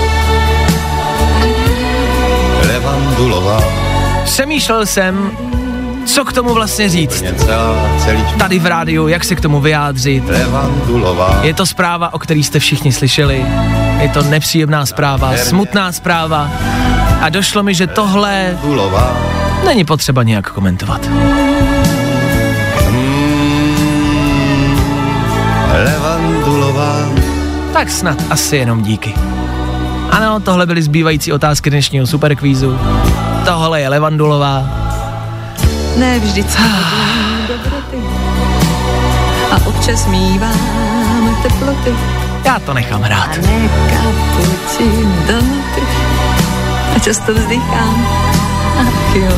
Levandulová. Přemýšlel jsem, co k tomu vlastně říct. Tady v rádiu, jak se k tomu vyjádřit. Je to zpráva, o který jste všichni slyšeli. Je to nepříjemná zpráva, smutná zpráva. A došlo mi, že tohle není potřeba nějak komentovat. Tak snad asi jenom díky. Ano, tohle byly zbývající otázky dnešního superkvízu. Tohle je Levandulová. Ne vždycky dobroty a občas mívám teploty. Já to nechám hrát. A nekapu ti do noty a často vzdychám. Ach jo.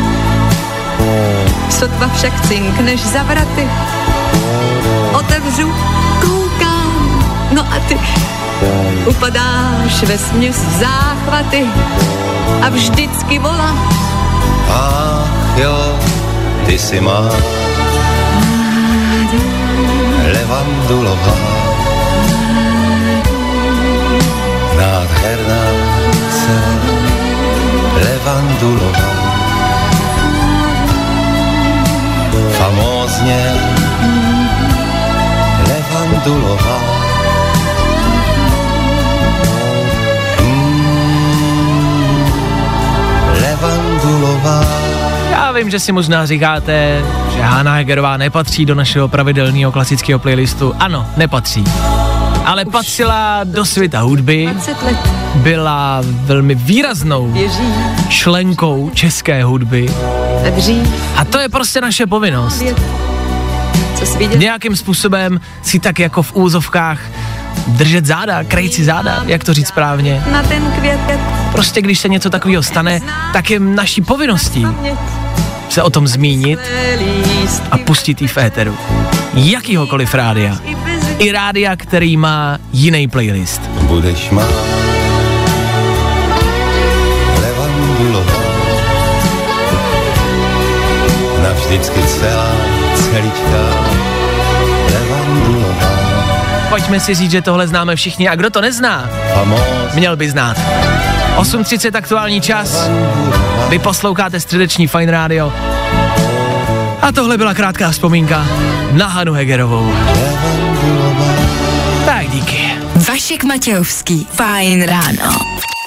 Sotva však cinkneš za vraty. Otevřu, koukám, no a ty upadáš vesměs v záchvaty a vždycky volám. Ach jo, ty jsi má Levandulová, nádherná se Levandulová, famózně Levandulová. Levandulová. Já vím, že si možná říkáte, že Hana Hegerová nepatří do našeho pravidelného klasického playlistu. Ano, nepatří. Ale patřila do světa hudby, byla velmi výraznou členkou české hudby. A to je prostě naše povinnost. Nějakým způsobem si tak jako v úzovkách držet záda, krejt si záda, jak to říct správně. Na ten květ. Prostě když se něco takového stane, tak je naší povinností se o tom zmínit a pustit jí v éteru. Jakýhokoliv rádia. I rádia, který má jiný playlist. Budeš má levandulová, navždycky celičká levandulová. Pojďme si říct, že tohle známe všichni a kdo to nezná, měl by znát. 8:30 aktuální čas, vy posloucháte středeční Fajn rádio a tohle byla krátká vzpomínka na Hanu Hegerovou. Tak díky. Vašek Matějovský, Fajn ráno.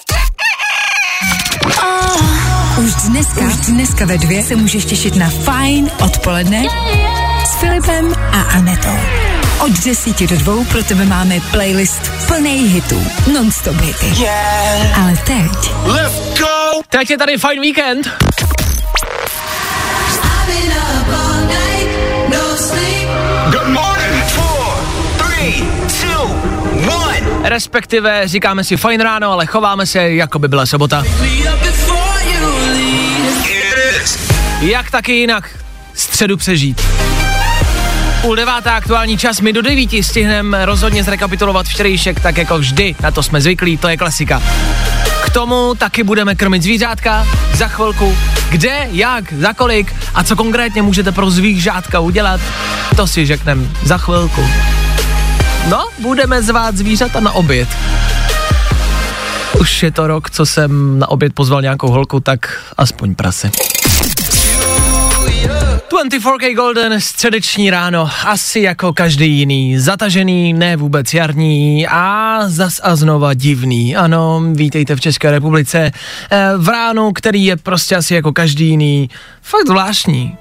Už dneska ve 2 se můžeš těšit na Fajn odpoledne s Filipem a Anetou. Od 10 do 2 pro tebe máme playlist plnej hitů, non-stop hity. Yeah. Ale teď... Let's go! Teď je tady Fajn víkend. Good morning! 4, 3, 2, 1. Respektive říkáme si Fajn ráno, ale chováme se, jako by byla sobota. Jak taky jinak středu přežít. 8:30 aktuální čas, my do 9 stihneme rozhodně zrekapitulovat včerejšek, tak jako vždy, na to jsme zvyklí, to je klasika. K tomu taky budeme krmit zvířátka za chvilku. Kde, jak, za kolik a co konkrétně můžete pro zvířátka udělat, to si řekneme za chvilku. No, budeme zvát zvířata na oběd. Už je to rok, co jsem na oběd pozval nějakou holku, tak aspoň prase. 24K Golden, středeční ráno, asi jako každý jiný, zatažený, ne vůbec jarní a zas a znova divný. Ano, vítejte v České republice v ránu, který je prostě asi jako každý jiný, fakt zvláštní.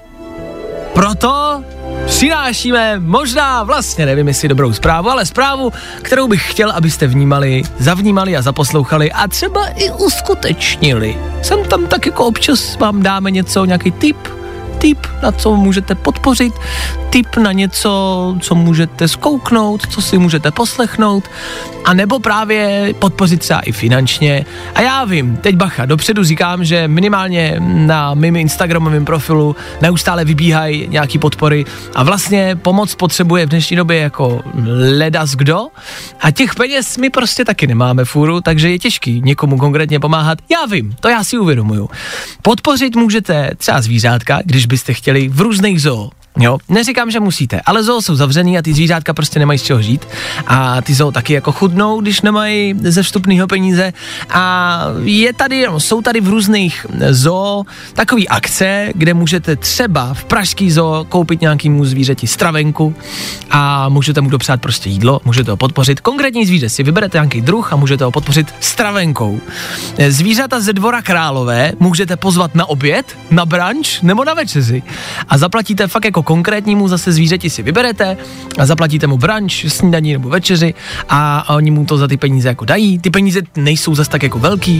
Proto přinášíme možná, vlastně nevím, jestli dobrou zprávu, ale zprávu, kterou bych chtěl, abyste vnímali, zavnímali a zaposlouchali a třeba i uskutečnili. Sem tam tak jako občas vám dáme něco, nějaký tip, na co můžete podpořit, tip na něco, co můžete zkouknout, co si můžete poslechnout, a nebo právě podpořit třeba i finančně. A já vím, teď bacha, dopředu říkám, že minimálně na mým instagramovém profilu neustále vybíhají nějaký podpory a vlastně pomoc potřebuje v dnešní době jako ledas kdo a těch peněz my prostě taky nemáme fůru, takže je těžký někomu konkrétně pomáhat. Já vím, to já si uvědomuju. Podpořit můžete třeba zvířátka, když byste chtěli, v různých zoo. Jo, neříkám, že musíte, ale zoo jsou zavřený a ty zvířátka prostě nemají z čeho žít a ty zoo taky jako chudnou, když nemají ze vstupného peníze a jsou tady v různých zoo takový akce, kde můžete třeba v pražský zoo koupit nějakému zvířeti stravenku a můžete mu dopřát prostě jídlo, můžete ho podpořit. Konkrétní zvíře si vyberete nějaký druh a můžete ho podpořit stravenkou. Zvířata ze Dvora Králové můžete pozvat na oběd, na brunch nebo na večeři a zaplatíte fakt jako konkrétnímu zase zvířeti si vyberete a zaplatíte mu brunch, snídaní nebo večeři a oni mu to za ty peníze jako dají. Ty peníze nejsou zas tak jako velký.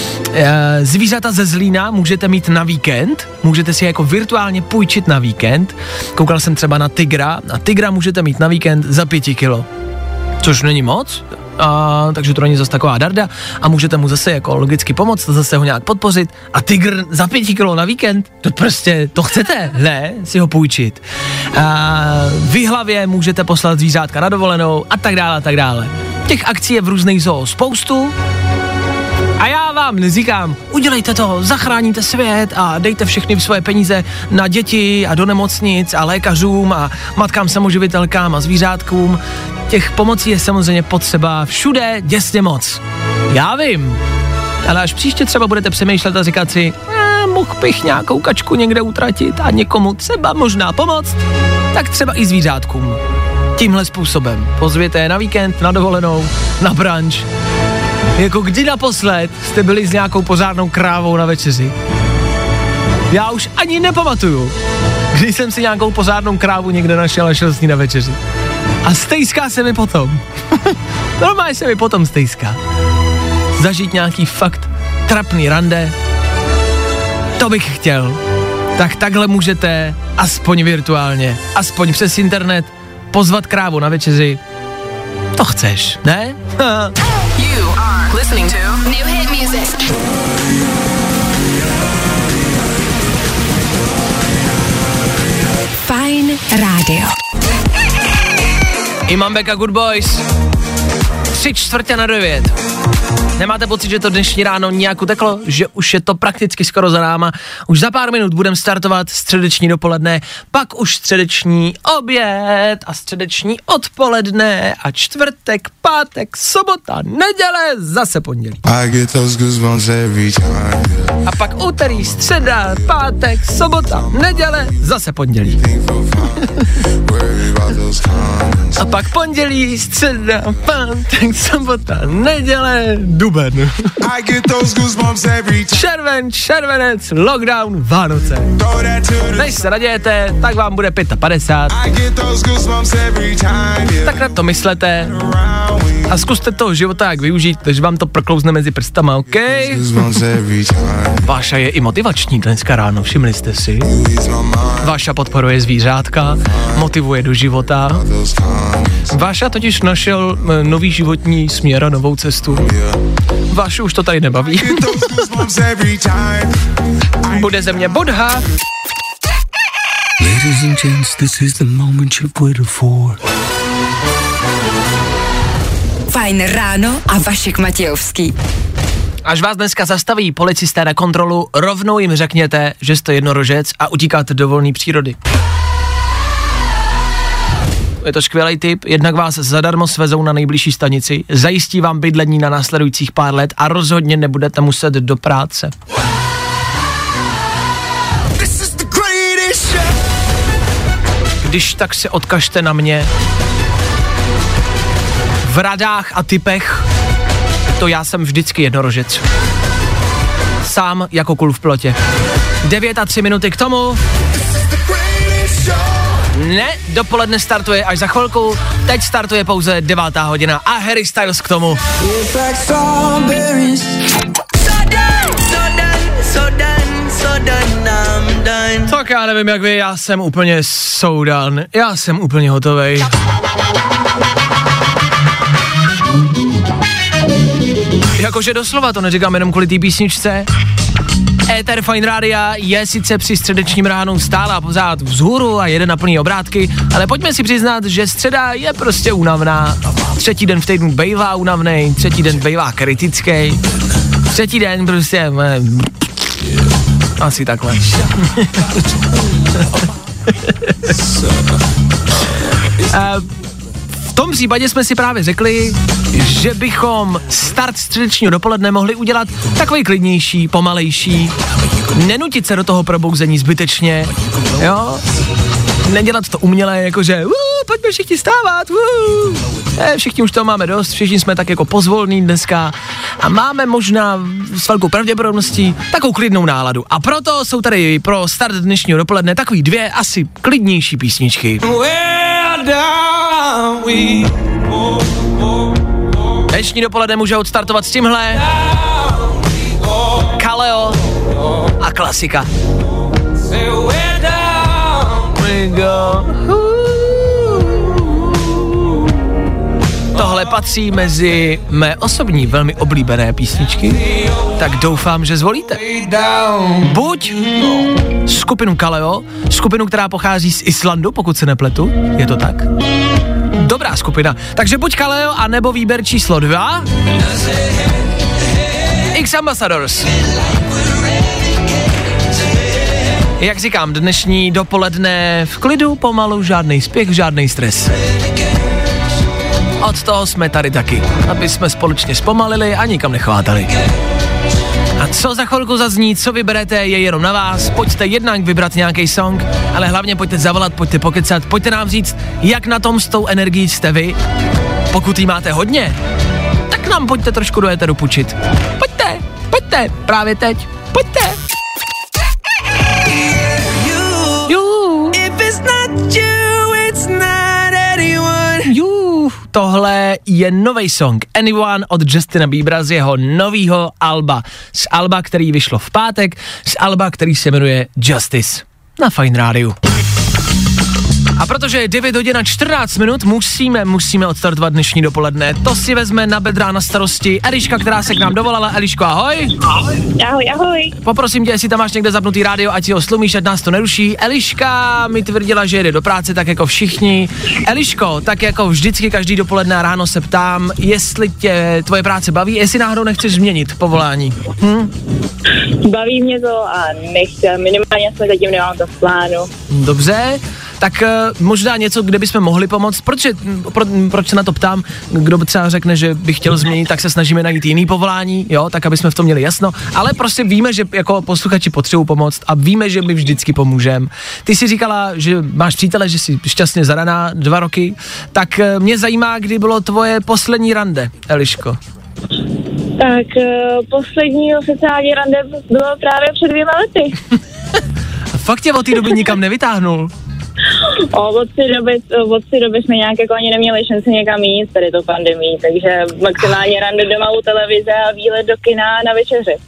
Zvířata ze Zlína můžete mít na víkend, můžete si jako virtuálně půjčit na víkend. Koukal jsem třeba na tygra. A tygra můžete mít na víkend za 5 kilo. Což není moc, takže to není zase taková darda a můžete mu zase jako logicky pomoct, zase ho nějak podpořit a tygr za 5 kilo na víkend, to prostě, to chcete, ne, si ho půjčit. V Jihlavě můžete poslat zvířátka na dovolenou a tak dále, a tak dále. Těch akcí je v různých zoo spoustu a já vám neříkám, udělejte to, zachráníte svět a dejte všechny svoje peníze na děti a do nemocnic a lékařům a matkám samoživitelkám a zvířátkům. Těch pomocí je samozřejmě potřeba všude děsně moc. Já vím, ale až příště třeba budete přemýšlet a říkat si, mohl bych nějakou kačku někde utratit a někomu třeba možná pomoct, tak třeba i zvířátkům. Tímhle způsobem pozvěte je na víkend, na dovolenou, na brunch. Jako kdy naposled jste byli s nějakou pořádnou krávou na večeři? Já už ani nepamatuju, když jsem si nějakou pořádnou krávu někde našel a šel s ní na večeři. A stejská se mi potom. Normálně se mi potom stejská. Zažít nějaký fakt trapný rande, to bych chtěl. Tak takhle můžete, aspoň virtuálně, aspoň přes internet, pozvat krávu na večeři. To chceš, ne? You are listening to New Hit Music. rádio. Imam Beka, Good Boys. 8:45. Nemáte pocit, že to dnešní ráno nějak uteklo? Že už je to prakticky skoro za náma? Už za pár minut budeme startovat středeční dopoledne, pak už středeční oběd a středeční odpoledne a čtvrtek, pátek, sobota, neděle, zase pondělí. A pak úterý, středa, pátek, sobota, neděle, zase pondělí. A pak pondělí, středa, pátek, sobota, neděle, duben. Červenec, lockdown, Vánoce. Než se radějete, tak vám bude 55. Tak na to myslete a zkuste toho života jak využít, takže vám to proklouzne mezi prstama, OK? Váša je i motivační dneska ráno, všimli jste si? Váša podporuje zvířátka, motivuje do života. Váša totiž našel nový životní směr a novou cestu. Vášu už to tady nebaví. Bude ze mě bodha. Ladies and gents, this is the moment you've waited for. Fajn ráno a Vašek Matějovský. Až vás dneska zastaví policisté na kontrolu, rovnou jim řekněte, že jste jednorožec a utíkáte do volné přírody. Je to skvělý tip, jednak vás zadarmo svezou na nejbližší stanici, zajistí vám bydlení na následujících pár let a rozhodně nebudete muset do práce. Když tak se odkažte na mě. V radách a typech to já jsem vždycky jednorožec. Sám jako kůl v plotě. 9:03 k tomu. Ne, dopoledne startuje až za chvilku, teď startuje pouze 9. hodina a Harry Styles k tomu. Tak já nevím jak vy, já jsem úplně so done, já jsem úplně hotovej. Jakože doslova to neříkám jenom kvůli té písničce. Éter Fine Rádia je sice při středečním ránu stále a pořád vzhůru a jede na plný obrátky, ale pojďme si přiznat, že středa je prostě únavná. Třetí den v týdnu bejvá únavnej, třetí den bejvá kritický, třetí den prostě asi takhle. V tom případě jsme si právě řekli, že bychom start středečního dopoledne mohli udělat takový klidnější, pomalejší, nenutit se do toho probouzení zbytečně, jo? Nedělat to uměle, jakože pojďme všichni stávat, všichni už toho máme dost, všichni jsme tak jako pozvolní dneska a máme možná s velkou pravděpodobností takovou klidnou náladu. A proto jsou tady pro start dnešního dopoledne takový dvě asi klidnější písničky. Dnešní dopoledne může odstartovat s tímhle. Kaleo a klasika. Tohle patří mezi mé osobní velmi oblíbené písničky, tak doufám, že zvolíte. Buď skupinu Kaleo, skupinu, která pochází z Islandu, pokud se nepletu, je to tak? Dobrá skupina, takže buď Kaleo, anebo výběr číslo 2, X Ambassadors. Jak říkám, dnešní dopoledne v klidu, pomalu, žádnej spěch, žádnej stres. Od toho jsme tady taky, aby jsme společně zpomalili a nikam nechvátali. A co za chvilku zazní, co vyberete, je jenom na vás. Pojďte jednak vybrat nějaký song, ale hlavně pojďte zavolat, pojďte pokecat, pojďte nám říct, jak na tom s tou energií jste vy. Pokud jí máte hodně, tak nám pojďte trošku do éteru pučit. Pojďte, právě teď, pojďte. Tohle je nový song Anyone od Justina Biebera z jeho novýho alba. Z alba, který vyšlo v pátek, z alba, který se jmenuje Justice. Na Fajn rádiu. A protože je 9 hodin a 14 minut, musíme odstartovat dnešní dopoledne. To si vezme na bedra na starosti Eliška, která se k nám dovolala. Eliško, ahoj. Ahoj. Poprosím tě, jestli tam máš někde zapnutý rádio, ať si ho slumíš, ať nás to neruší. Eliška mi tvrdila, že jede do práce, tak jako všichni. Eliško, tak jako vždycky každý dopoledne a ráno se ptám, jestli tě tvoje práce baví, jestli náhodou nechceš změnit povolání. Baví mě to a nechci, minimálně jsme zatím nemám to v plánu. Dobře, tak možná něco, kde bychom mohli pomoct, proč se na to ptám, kdo třeba řekne, že by chtěl změnit, tak se snažíme najít jiný povolání, jo, tak aby jsme v tom měli jasno, ale prostě víme, že jako posluchači potřebují pomoct a víme, že my vždycky pomůžeme. Ty jsi říkala, že máš přítele, že jsi šťastně zadaná 2 roky, tak mě zajímá, kdy bylo tvoje poslední rande, Eliško. Tak poslední oficiální rande bylo právě před 2 lety. A fakt tě od té doby nikam nevytáhnul? Od té doby jsme nějak jako ani neměli šanci někam jít, tady to pandemii, takže maximálně rande doma u televize a výlet do kina na večeři.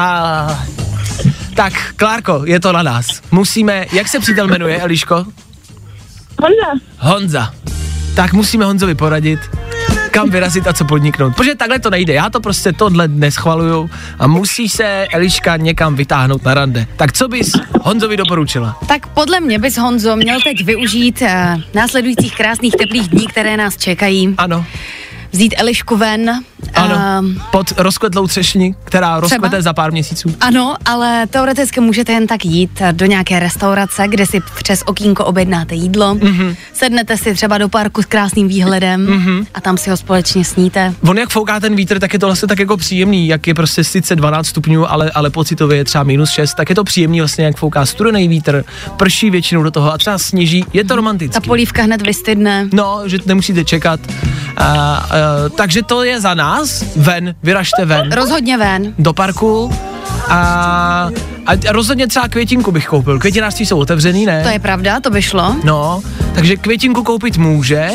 Tak, Klárko, je to na nás. Musíme, jak se přítel jmenuje, Eliško? Honza. Tak musíme Honzovi poradit, kam vyrazit a co podniknout. Protože takhle to nejde, já to prostě tohle neschvaluju a musí se Eliška někam vytáhnout na rande. Tak co bys Honzovi doporučila? Tak podle mě bys, Honzo, měl teď využít následujících krásných teplých dní, které nás čekají. Ano. Vzít Elišku ven. Ano, pod rozkvetlou třešní, která rozkvete za pár měsíců. Ano, ale teoreticky můžete jen tak jít do nějaké restaurace, kde si přes okýnko objednáte jídlo, sednete si třeba do parku s krásným výhledem a tam si ho společně sníte. On jak fouká ten vítr, tak je to vlastně tak jako příjemný, jak je prostě sice 12 stupňů, ale pocitově je třeba -6, tak je to příjemný vlastně, jak fouká studený vítr, prší většinou do toho a třeba sněží, je to romantický. Ta polívka hned vystydne. No, že nemusíte čekat. Takže to je za nás. Ven, vyražte ven. Rozhodně ven. Do parku. A rozhodně třeba květinku bych koupil. Květinářství jsou otevřený, ne? To je pravda, to by šlo. No, takže květinku koupit může.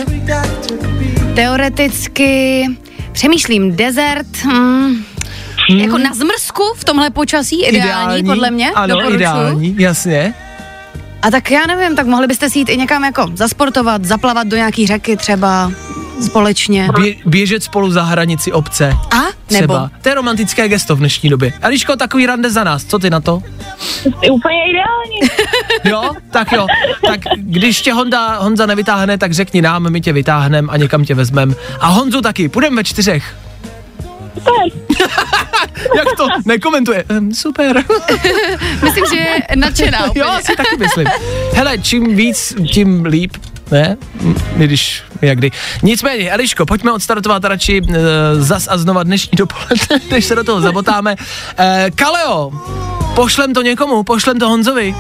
Teoreticky přemýšlím, desert, jako na zmrzku v tomhle počasí, ideální podle mě. Ano, doporučuji. Ideální, jasně. A tak já nevím, tak mohli byste si jít i někam jako zasportovat, zaplavat do nějaký řeky třeba společně. Běžet spolu za hranici obce. A? Třeba. Nebo? To je romantické gesto v dnešní době. Eliško, takový rande za nás, co ty na to? Je úplně ideální. Jo? Tak jo. Tak když tě Honza nevytáhne, tak řekni nám, my tě vytáhnem a někam tě vezmem. A Honzu taky, půjdeme ve 4. Jak to nekomentuje? Super. Myslím, že je nadšená. Jo, si taky myslím. Hele, čím víc, tím líp. Ne? Když, jakdy. Nicméně, Eliško, pojďme odstartovat radši zas a znova dnešní dopoledne, než se do toho zabotáme. Kaleo, pošlem to někomu, pošlem to Honzovi.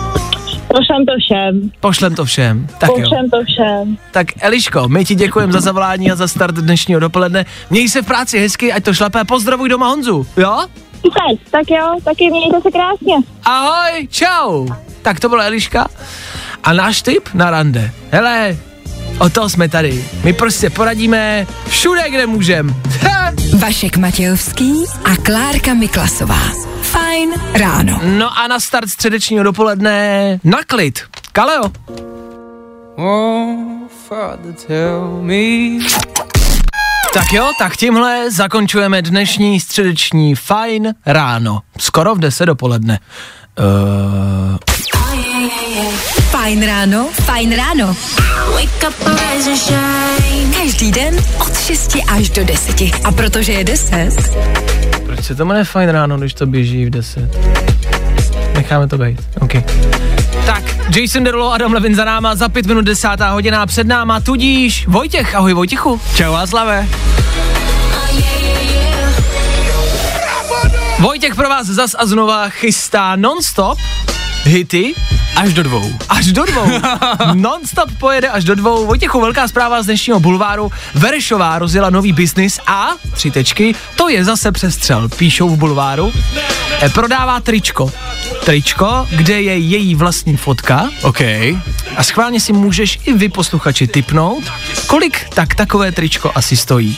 Pošlem to všem. Tak jo. Pošlem to všem. Tak Eliško, my ti děkujeme za zavolání a za start dnešního dopoledne. Měj se v práci hezky, ať to šlape a pozdravuj doma Honzu, jo? Tak jo, taky mějte se krásně. Ahoj, čau. Tak to byla Eliška. A náš tip na rande. Hele, o toho jsme tady. My prostě poradíme všude, kde můžem. Vašek Matějovský a Klárka Miklasová. Fajn ráno. No a na start středečního dopoledne na klid. Kaleo. Tak jo, tak tímhle zakončujeme dnešní středeční Fajn ráno. Skoro v 10 dopoledne. Fajn ráno, fajn ráno. Každý den od 6 až do 10. A protože je 10. Proč se to jmenuje Fajn ráno, když to běží v 10? Necháme to být, OK. Tak, Jason Derulo, Adam Levin za náma, za 5 minut 10. hodina před náma, tudíž Vojtěch. Ahoj Vojtěchu. Čau Václave. Vojtěch pro vás zas a znova chystá non-stop hity až do 2. Až do 2. Non-stop pojede až do 2. Vojtěchu, velká zpráva z dnešního bulváru. Verešová rozjela nový biznis a 3 tečky, to je zase přestřel, píšou v bulváru. Prodává tričko. Tričko, kde je její vlastní fotka. OK. A schválně si můžeš i vy posluchači tipnout, kolik tak takové tričko asi stojí.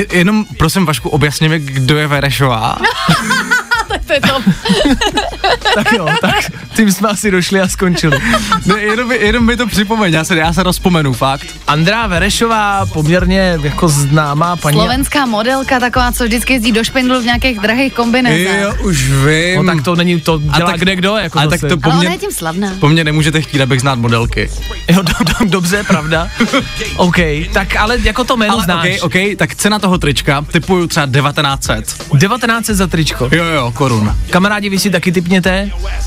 Jenom prosím Vašku, objasněme, kdo je Verešová. Tak to je to. Tak jo, tak tím jsme asi došli a skončili. Ne, jenom mi to připomeň, já se rozpomenu, fakt. Andrea Verešová, poměrně jako známá paní. Slovenská modelka, taková, co vždycky jezdí do špindlu v nějakých drahých kombinezách. Jo, už vím. No tak to není, to dělá tak, kde kdo, jako ale zase. Tak to ale ona je tím slavná. Po mně nemůžete chtít, abych znát modelky. Jo, dobře, pravda. OK, tak ale jako to jméno znáš. OK, tak cena toho trička, typuju třeba 1900. 1900 za tričko. Jo, korun. Kamarádi, vy si taky tipněte.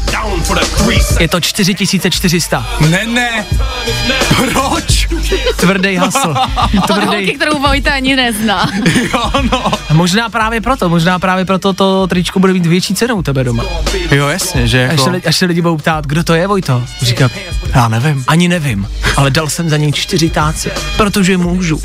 Je to 4400. Ne. Proč? Tvrdý hasl. Od holky, kterou Vojta ani nezná. Jo, no. Možná právě proto to tričko bude mít větší cenou tebe doma. Jo, jasně, že jako... Až se lidi budou ptát, kdo to je, Vojto? Říkám, já nevím. Ani nevím, ale dal jsem za něj 4 táci, protože můžu.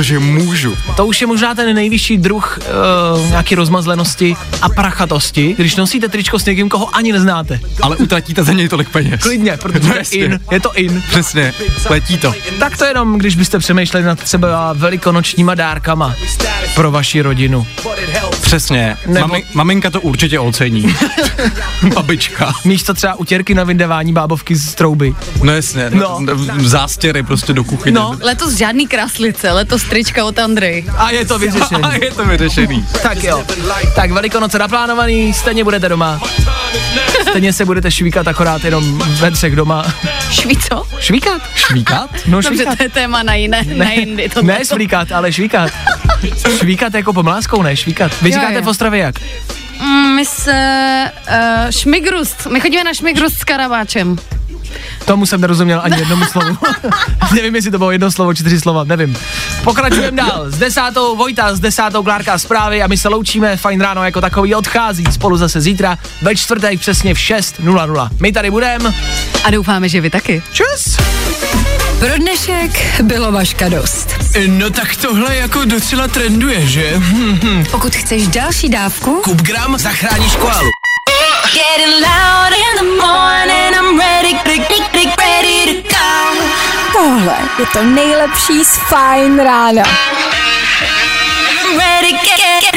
To už je možná ten nejvyšší druh nějaký rozmazlenosti a prachatosti, když nosíte tričko s někým, koho ani neznáte. Ale utratíte za něj tolik peněz. Klidně, protože je to in. Přesně, letí to. Tak to jenom, když byste přemýšleli nad třeba velikonočníma dárkama pro vaši rodinu. Přesně, maminka to určitě ocení. Babička. Místo třeba utěrky na vyndávání bábovky z trouby. No jasně, zástěry prostě do kuchyně. No, letos žádný kraslice, letos trička od Andrej. A je to vyřešený. Tak jo, tak Velikonoce naplánovaný, stejně budete doma. Stejně se budete švíkat akorát jenom ve 3 doma. Co? Švíkat? No švíkat. Dobře, to je téma na jindy. Ne svlíkat, ale švíkat. Švíkat jako pomláskou, ne švíkat. Vy říkáte v Ostravě jak? My se šmigrust. My chodíme na šmigrust s Karabáčem. Tomu jsem nerozuměl ani jednomu slovu. Nevím, jestli to bylo 1 slovo, 4 slova, nevím. Pokračujeme dál. S 10. Vojta, s 10. Klárka zprávy a my se loučíme. Fajn ráno jako takový odchází. Spolu zase zítra ve čtvrtek přesně v 6:00. My tady budeme. A doufáme, že vy taky. Čus! Pro dnešek bylo Vaška dost. No tak tohle jako docela trenduje, že? Pokud chceš další dávku, Kupgram zachrání školu. Tohle je to nejlepší z Fajn rána.